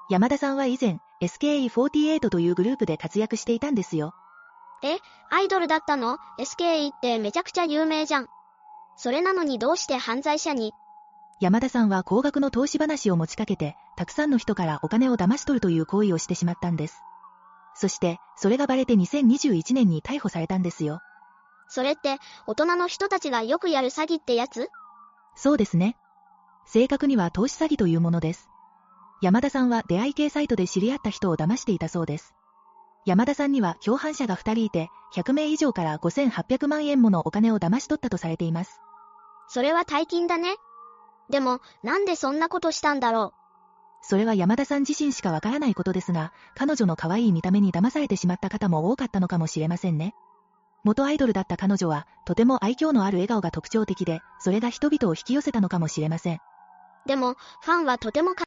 山田さんは以前、SKE48 というグループで活躍していたんですよ。 アイドルだったの？ SKE ってめちゃくちゃ有名じゃん。それなのにどうして犯罪者に？ 山田さんは高額の投資話を持ちかけて、たくさんの人からお金を騙し取るという行為をしてしまったんです。そして、それがバレて2021年に逮捕されたんですよ。 それって、大人の人たちがよくやる詐欺ってやつ？ そうですね。正確には投資詐欺というものです。山田さんは出会い系サイトで知り合った人を騙していたそうです。山田さんには共犯者が2人いて、100名以上から5800万円ものお金を騙し取ったとされています。 それは大金だね。でも、なんでそんなことしたんだろう。 それは山田さん自身しかわからないことですが、彼女の可愛い見た目に騙されてしまった方も多かったのかもしれませんね。元アイドルだった彼女は、とても愛嬌のある笑顔が特徴的で、それが人々を引き寄せたのかもしれません。 でも、ファンはとても